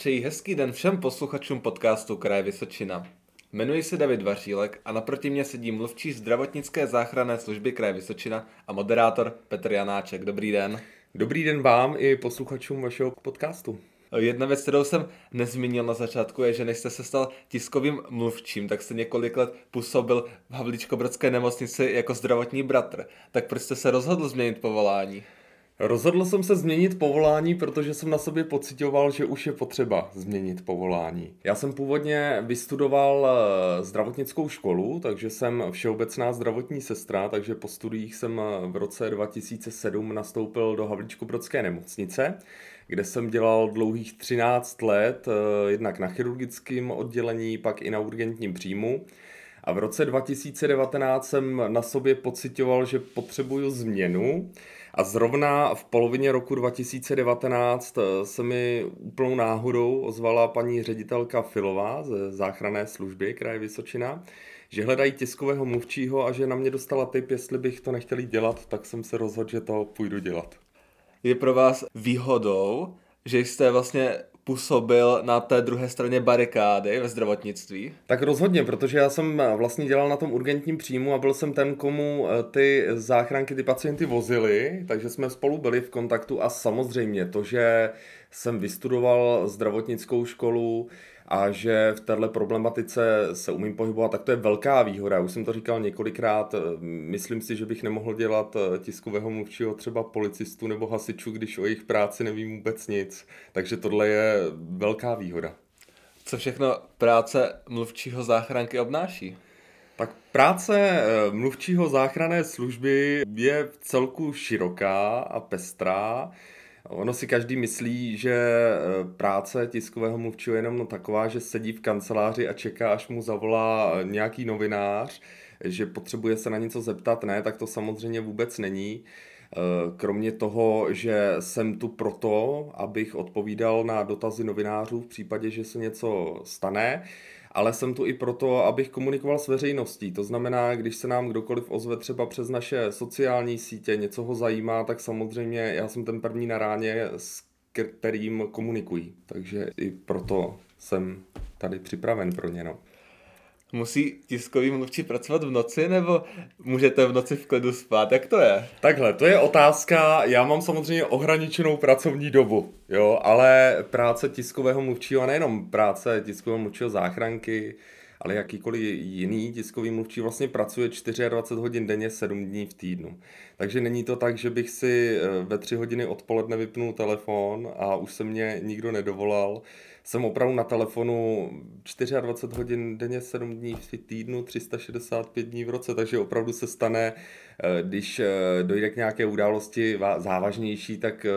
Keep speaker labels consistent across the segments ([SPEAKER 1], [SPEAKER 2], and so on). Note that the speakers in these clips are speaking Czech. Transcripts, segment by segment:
[SPEAKER 1] Přeji hezký den všem posluchačům podcastu Kraje Vysočina. Jmenuji se David Vařílek a naproti mě sedí mluvčí zdravotnické záchranné služby Kraje Vysočina a moderátor Petr Janáček. Dobrý den.
[SPEAKER 2] Dobrý den vám i posluchačům vašeho podcastu.
[SPEAKER 1] Jedna věc, kterou jsem nezmínil na začátku, je, že než jste se stal tiskovým mluvčím, tak jste několik let působil v Havlíčkobrodské nemocnici jako zdravotní bratr. Tak proč jste se rozhodl změnit povolání?
[SPEAKER 2] Rozhodl jsem se změnit povolání, protože jsem na sobě pocitoval, že už je potřeba změnit povolání. Já jsem původně vystudoval zdravotnickou školu, takže jsem všeobecná zdravotní sestra, takže po studiích jsem v roce 2007 nastoupil do Havlíčkobrodské nemocnice, kde jsem dělal dlouhých 13 let, jednak na chirurgickém oddělení, pak i na urgentním příjmu. A v roce 2019 jsem na sobě pocitoval, že potřebuju změnu. A zrovna v polovině roku 2019 se mi úplnou náhodou ozvala paní ředitelka Filová ze záchranné služby Kraje Vysočina, že hledají tiskového mluvčího a že na mě dostala tip, jestli bych to nechtěl dělat, tak jsem se rozhodl, že to půjdu dělat.
[SPEAKER 1] Je pro vás výhodou, že jste vlastně působil na té druhé straně barikády ve zdravotnictví?
[SPEAKER 2] Tak rozhodně, protože já jsem vlastně dělal na tom urgentním příjmu a byl jsem ten, komu ty záchranky, ty pacienty vozili, takže jsme spolu byli v kontaktu a samozřejmě to, že jsem vystudoval zdravotnickou školu a že v této problematice se umím pohybovat, tak to je velká výhoda. Už jsem to říkal několikrát, myslím si, že bych nemohl dělat tiskového mluvčího třeba policistu nebo hasičů, když o jejich práci nevím vůbec nic. Takže tohle je velká výhoda.
[SPEAKER 1] Co všechno práce mluvčího záchranky obnáší?
[SPEAKER 2] Tak práce mluvčího záchranné služby je v celku široká a pestrá. Ono si každý myslí, že práce tiskového mluvčího je jenom taková, že sedí v kanceláři a čeká, až mu zavolá nějaký novinář, že potřebuje se na něco zeptat. Ne, tak to samozřejmě vůbec není. Kromě toho, že jsem tu proto, abych odpovídal na dotazy novinářů v případě, že se něco stane, ale jsem tu i proto, abych komunikoval s veřejností. To znamená, když se nám kdokoliv ozve třeba přes naše sociální sítě, něco ho zajímá, tak samozřejmě já jsem ten první na ráně, s kterým komunikují. Takže i proto jsem tady připraven pro ně. No.
[SPEAKER 1] Musí tiskový mluvčí pracovat v noci, nebo můžete v noci v klidu spát? Jak to je?
[SPEAKER 2] Takhle, to je otázka. Já mám samozřejmě ohraničenou pracovní dobu, jo, ale práce tiskového mluvčího, a nejenom práce tiskového mluvčího záchranky, ale jakýkoliv jiný tiskový mluvčí vlastně pracuje 24 hodin denně, 7 dní v týdnu. Takže není to tak, že bych si ve 3 hodiny odpoledne vypnul telefon a už se mě nikdo nedovolal. Jsem opravdu na telefonu 24 hodin denně, 7 dní v týdnu, 365 dní v roce, takže opravdu se stane, když dojde k nějaké události závažnější, tak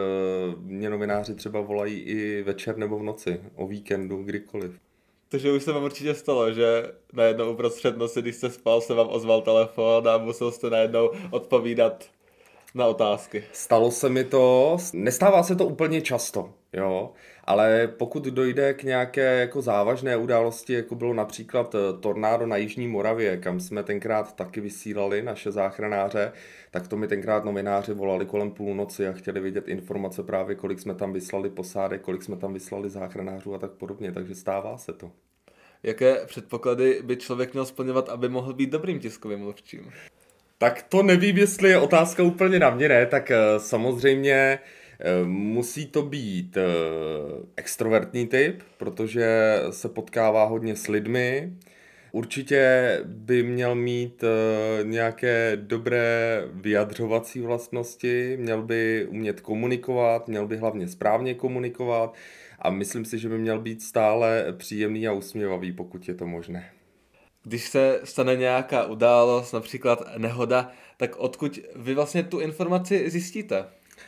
[SPEAKER 2] mě novináři třeba volají i večer nebo v noci, o víkendu, kdykoliv.
[SPEAKER 1] Takže už se vám určitě stalo, že najednou uprostřed noci, když jste spal, se vám ozval telefon a musel jste najednou odpovídat na otázky.
[SPEAKER 2] Stalo se mi to, nestává se to úplně často, jo, ale pokud dojde k nějaké jako závažné události, jako bylo například tornádo na Jižní Moravě, kam jsme tenkrát taky vysílali naše záchranáře, tak to mi tenkrát novináři volali kolem půlnoci a chtěli vidět informace právě, kolik jsme tam vyslali posádek, kolik jsme tam vyslali záchranářů a tak podobně, takže stává se to.
[SPEAKER 1] Jaké předpoklady by člověk měl splňovat, aby mohl být dobrým tiskovým mluvčím?
[SPEAKER 2] Tak to nevím, jestli je otázka úplně na mě, ne, tak samozřejmě musí to být extrovertní typ, protože se potkává hodně s lidmi. Určitě by měl mít nějaké dobré vyjadřovací vlastnosti, měl by umět komunikovat, měl by hlavně správně komunikovat a myslím si, že by měl být stále příjemný a usměvavý, pokud je to možné.
[SPEAKER 1] Když se stane nějaká událost, například nehoda, tak odkud vy vlastně tu informaci zjistíte?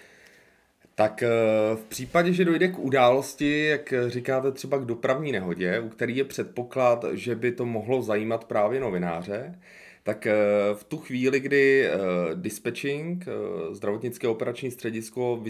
[SPEAKER 2] Tak v případě, že dojde k události, jak říkáte třeba k dopravní nehodě, u který je předpoklad, že by to mohlo zajímat právě novináře, tak v tu chvíli, kdy dispatching, zdravotnické operační středisko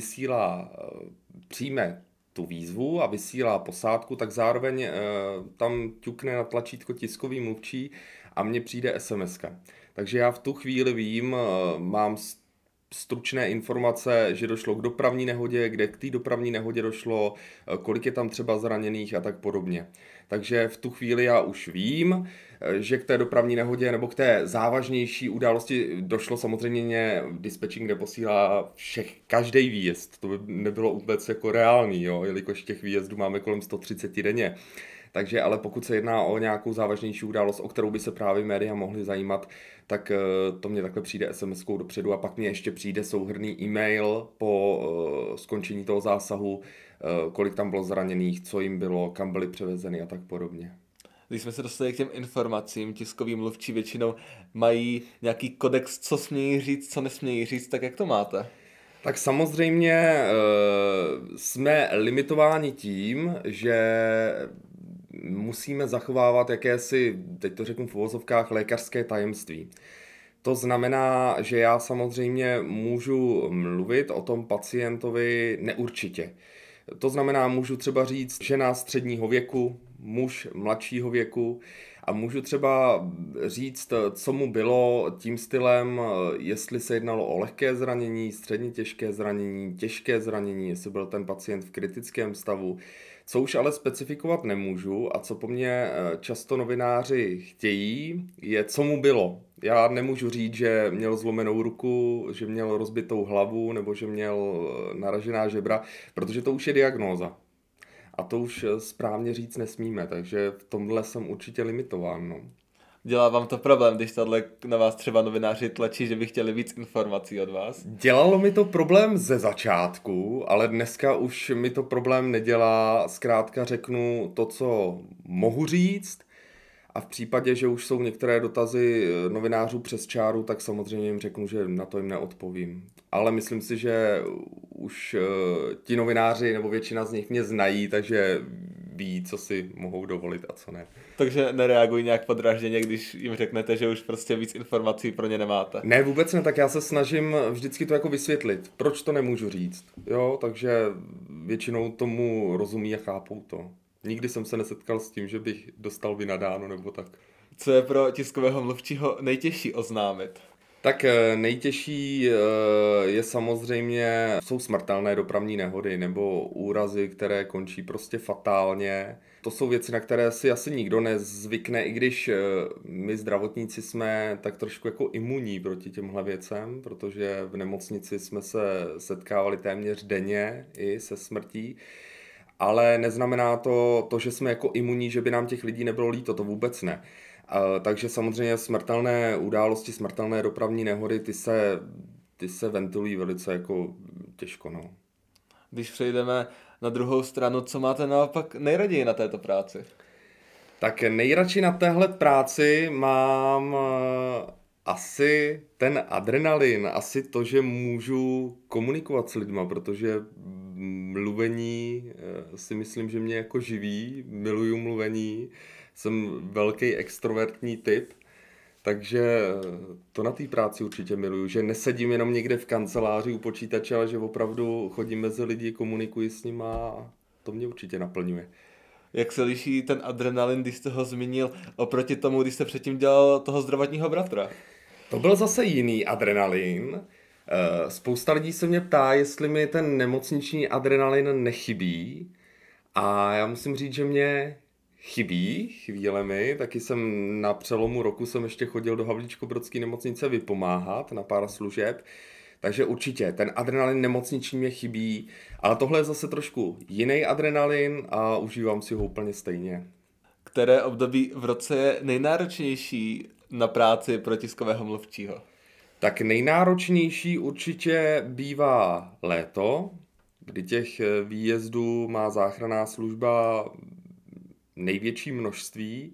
[SPEAKER 2] přijme tu výzvu a vysílá posádku, tak zároveň tam ťukne na tlačítko tiskový mluvčí a mně přijde SMS-ka. Takže já v tu chvíli vím, mám stručné informace, že došlo k dopravní nehodě, kde k té dopravní nehodě došlo, kolik je tam třeba zraněných a tak podobně. Takže v tu chvíli já už vím, že k té dopravní nehodě nebo k té závažnější události došlo. Samozřejmě dispečing neposílá každý výjezd. To by nebylo vůbec jako reálný, jo, jelikož těch výjezdů máme kolem 130 denně. Takže ale pokud se jedná o nějakou závažnější událost, o kterou by se právě média mohly zajímat, tak to mě takhle přijde SMS-kou dopředu a pak mě ještě přijde souhrnný e-mail po skončení toho zásahu, kolik tam bylo zraněných, co jim bylo, kam byly převezeny a tak podobně.
[SPEAKER 1] Když jsme se dostali k těm informacím, tiskoví mluvčí většinou mají nějaký kodex, co smějí říct, co nesmějí říct, tak jak to máte?
[SPEAKER 2] Tak samozřejmě jsme limitováni tím, že musíme zachovávat jakési, teď to řeknu v uvozovkách, lékařské tajemství. To znamená, že já samozřejmě můžu mluvit o tom pacientovi neurčitě. To znamená, můžu třeba říct žena středního věku, muž mladšího věku a můžu třeba říct, co mu bylo tím stylem, jestli se jednalo o lehké zranění, středně těžké zranění, jestli byl ten pacient v kritickém stavu. Co už ale specifikovat nemůžu a co po mně často novináři chtějí, je, co mu bylo. Já nemůžu říct, že měl zlomenou ruku, že měl rozbitou hlavu nebo že měl naražená žebra, protože to už je diagnóza. A to už správně říct nesmíme, takže v tomhle jsem určitě limitován. No.
[SPEAKER 1] Dělá vám to problém, když tahle na vás třeba novináři tlačí, že by chtěli víc informací od vás?
[SPEAKER 2] Dělalo mi to problém ze začátku, ale dneska už mi to problém nedělá. Zkrátka řeknu to, co mohu říct, a v případě, že už jsou některé dotazy novinářů přes čáru, tak samozřejmě jim řeknu, že na to jim neodpovím. Ale myslím si, že už ti novináři nebo většina z nich mě znají, takže ví, co si mohou dovolit a co ne.
[SPEAKER 1] Takže nereagují nějak podrážděně, když jim řeknete, že už prostě víc informací pro ně nemáte?
[SPEAKER 2] Ne, vůbec ne, tak já se snažím vždycky to jako vysvětlit, proč to nemůžu říct. Jo, takže většinou tomu rozumí a chápou to. Nikdy jsem se nesetkal s tím, že bych dostal vynadáno nebo tak.
[SPEAKER 1] Co je pro tiskového mluvčího nejtěžší oznámit?
[SPEAKER 2] Tak nejtěžší je samozřejmě, jsou smrtelné dopravní nehody nebo úrazy, které končí prostě fatálně. To jsou věci, na které si asi nikdo nezvykne, i když my zdravotníci jsme tak trošku jako imunní proti těmhle věcem, protože v nemocnici jsme se setkávali téměř denně i se smrtí. Ale neznamená to, že jsme jako imunní, že by nám těch lidí nebylo líto, to vůbec ne. Takže samozřejmě smrtelné události, smrtelné dopravní nehody, ty se ventilují velice jako těžko. No.
[SPEAKER 1] Když přejdeme na druhou stranu, co máte naopak nejraději na této práci?
[SPEAKER 2] Tak nejradši na téhle práci mám asi ten adrenalin, asi to, že můžu komunikovat s lidma, protože mluvení si myslím, že mě jako živí, miluju mluvení, jsem velký extrovertní typ, takže to na té práci určitě miluju, že nesedím jenom někde v kanceláři u počítače, ale že opravdu chodím mezi lidi, komunikuji s nima a to mě určitě naplňuje.
[SPEAKER 1] Jak se liší ten adrenalin, když jste ho zmínil, oproti tomu, když jste předtím dělal toho zdravotního bratra?
[SPEAKER 2] To byl zase jiný adrenalin. Spousta lidí se mě ptá, jestli mi ten nemocniční adrenalin nechybí. A já musím říct, že mě chybí chvílemi. Taky jsem na přelomu roku jsem ještě chodil do Havlíčkobrodské nemocnice vypomáhat na pár služeb. Takže určitě, ten adrenalin nemocniční mě chybí, ale tohle je zase trošku jiný adrenalin a užívám si ho úplně stejně.
[SPEAKER 1] Které období v roce je nejnáročnější na práci pro tiskového mluvčího?
[SPEAKER 2] Tak nejnáročnější určitě bývá léto, kdy těch výjezdů má záchranná služba největší množství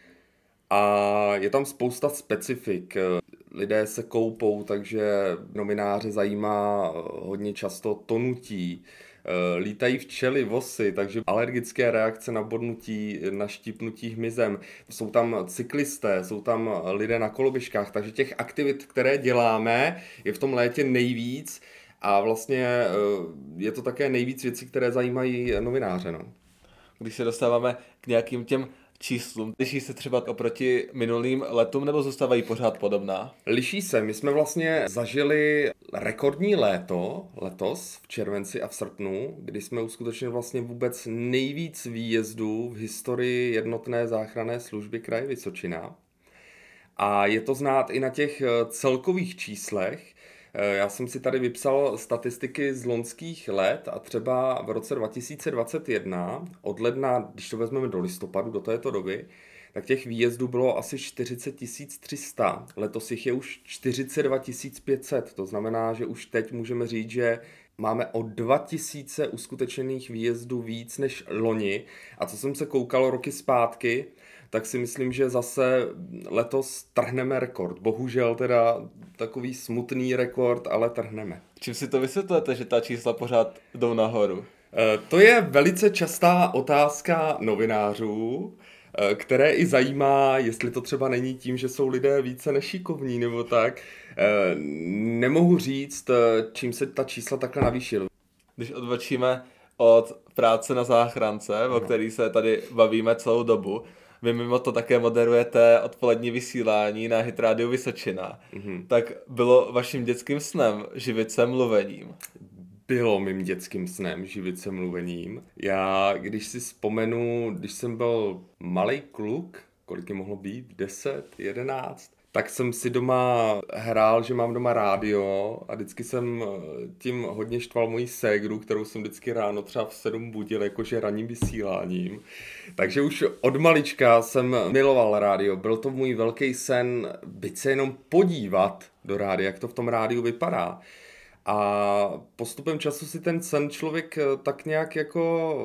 [SPEAKER 2] a je tam spousta specifik. Lidé se koupou, takže novináře zajímá hodně často tonutí. Lítají včely, vosy, takže alergické reakce na bodnutí, na štípnutí hmyzem. Jsou tam cyklisté, jsou tam lidé na koloběžkách, takže těch aktivit, které děláme, je v tom létě nejvíc a vlastně je to také nejvíc věcí, které zajímají novináře. No.
[SPEAKER 1] Když se dostáváme k nějakým těm číslům? Liší se třeba oproti minulým letům nebo zůstávají pořád podobná?
[SPEAKER 2] Liší se. My jsme vlastně zažili rekordní léto letos v červenci a v srpnu, kdy jsme uskutečnili vlastně vůbec nejvíc výjezdů v historii jednotné záchranné služby kraje Vysočina. A je to znát i na těch celkových číslech. Já jsem si tady vypsal statistiky z loňských let a třeba v roce 2021, od ledna, když to vezmeme do listopadu, do této doby, tak těch výjezdů bylo asi 40 300. Letos jich je už 42 500. To znamená, že už teď můžeme říct, že máme o 2000 uskutečených výjezdů víc než loni. A co jsem se koukal roky zpátky, tak si myslím, že zase letos trhneme rekord. Bohužel teda takový smutný rekord, ale trhneme.
[SPEAKER 1] Čím si to vysvětlujete, že ta čísla pořád jdou nahoru?
[SPEAKER 2] To je velice častá otázka novinářů, které i zajímá, jestli to třeba není tím, že jsou lidé více nešikovní nebo tak. Nemohu říct, čím se ta čísla takhle navýšily.
[SPEAKER 1] Když odbočíme od práce na záchrance, o který se tady bavíme celou dobu, vy mimo to také moderujete odpolední vysílání na Hit Radio Vysočina. Tak bylo vaším dětským snem živit se mluvením?
[SPEAKER 2] Bylo mým dětským snem živit se mluvením. Já, když si vzpomenu, když jsem byl malej kluk, kolik je mohlo být, 10, 11, tak jsem si doma hrál, že mám doma rádio a vždycky jsem tím hodně štval moji ségru, kterou jsem vždycky ráno třeba v 7 budil, jakože ranním vysíláním. Takže už od malička jsem miloval rádio. Byl to můj velký sen byť se jenom podívat do rádia, jak to v tom rádiu vypadá. A postupem času si ten sen člověk tak nějak jako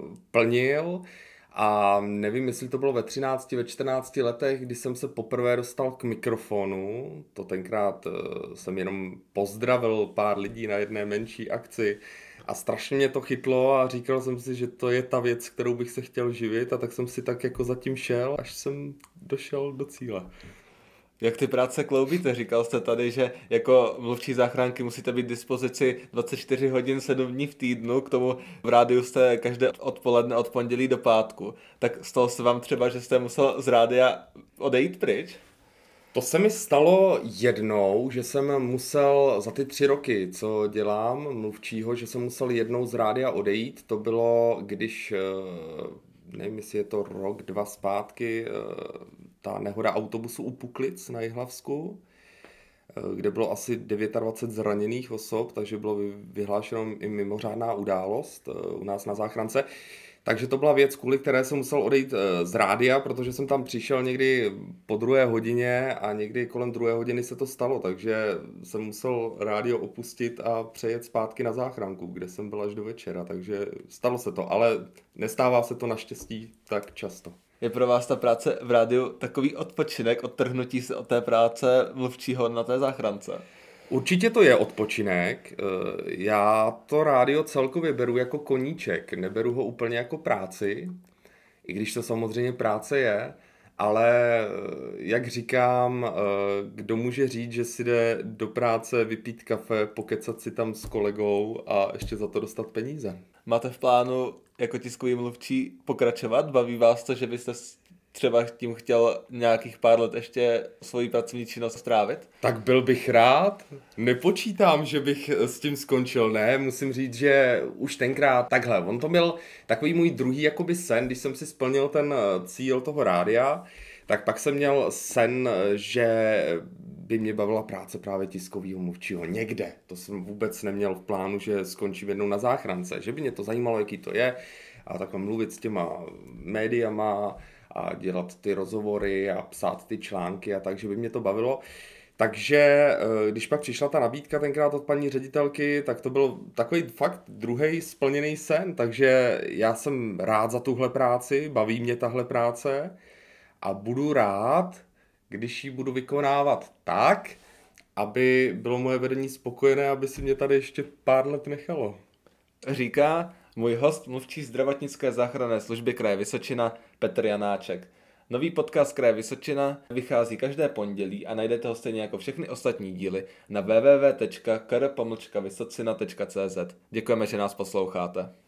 [SPEAKER 2] plnil a nevím, jestli to bylo ve 13, ve 14 letech, kdy jsem se poprvé dostal k mikrofonu. To tenkrát jsem jenom pozdravil pár lidí na jedné menší akci a strašně mě to chytlo a říkal jsem si, že to je ta věc, kterou bych se chtěl živit, a tak jsem si tak jako zatím šel, až jsem došel do cíle.
[SPEAKER 1] Jak ty práce kloubíte? Říkal jste tady, že jako mluvčí záchranky musíte být k dispozici 24 hodin 7 dní v týdnu, k tomu v rádiu jste každé odpoledne od pondělí do pátku. Tak stalo se vám třeba, že jste musel z rádia odejít pryč?
[SPEAKER 2] To se mi stalo jednou, že jsem musel za ty 3 roky, co dělám mluvčího, že jsem musel jednou z rádia odejít. To bylo, když, nevím, jestli je to rok, 2 zpátky, ta nehoda autobusu u Puklic na Jihlavsku, kde bylo asi 29 zraněných osob, takže bylo vyhlášeno i mimořádná událost u nás na záchrance. Takže to byla věc, kvůli které jsem musel odejít z rádia, protože jsem tam přišel někdy po 2 hodině a někdy kolem 2 hodiny se to stalo, takže jsem musel rádio opustit a přejet zpátky na záchranku, kde jsem byl až do večera, takže stalo se to, ale nestává se to naštěstí tak často.
[SPEAKER 1] Je pro vás ta práce v rádiu takový odpočinek, odtrhnutí se od té práce mluvčího na té záchrance?
[SPEAKER 2] Určitě to je odpočinek. Já to rádio celkově beru jako koníček, neberu ho úplně jako práci, i když to samozřejmě práce je, ale jak říkám, kdo může říct, že si jde do práce vypít kafe, pokecat si tam s kolegou a ještě za to dostat peníze.
[SPEAKER 1] Máte v plánu jako tiskový mluvčí pokračovat? Baví vás to, že byste třeba tím chtěl nějakých pár let ještě svoji pracovní činnost strávit?
[SPEAKER 2] Tak byl bych rád. Nepočítám, že bych s tím skončil. Ne, musím říct, že už tenkrát takhle. On to byl takový můj druhý jakoby sen, když jsem si splnil ten cíl toho rádia, tak pak jsem měl sen, že by mě bavila práce právě tiskového mluvčího někde. To jsem vůbec neměl v plánu, že skončím jednou na záchrance, že by mě to zajímalo, jaký to je, a takhle mluvit s těma médiama a dělat ty rozhovory a psát ty články, a takže by mě to bavilo. Takže když pak přišla ta nabídka tenkrát od paní ředitelky, tak to byl takový fakt druhý splněný sen, takže já jsem rád za tuhle práci, baví mě tahle práce a budu rád, když ji budu vykonávat tak, aby bylo moje vedení spokojené, aby si mě tady ještě pár let nechalo.
[SPEAKER 1] Říká můj host, mluvčí zdravotnické záchranné služby kraje Vysočina, Petr Janáček. Nový podcast kraje Vysočina vychází každé pondělí a najdete ho stejně jako všechny ostatní díly na www.kr-vysocina.cz. Děkujeme, že nás posloucháte.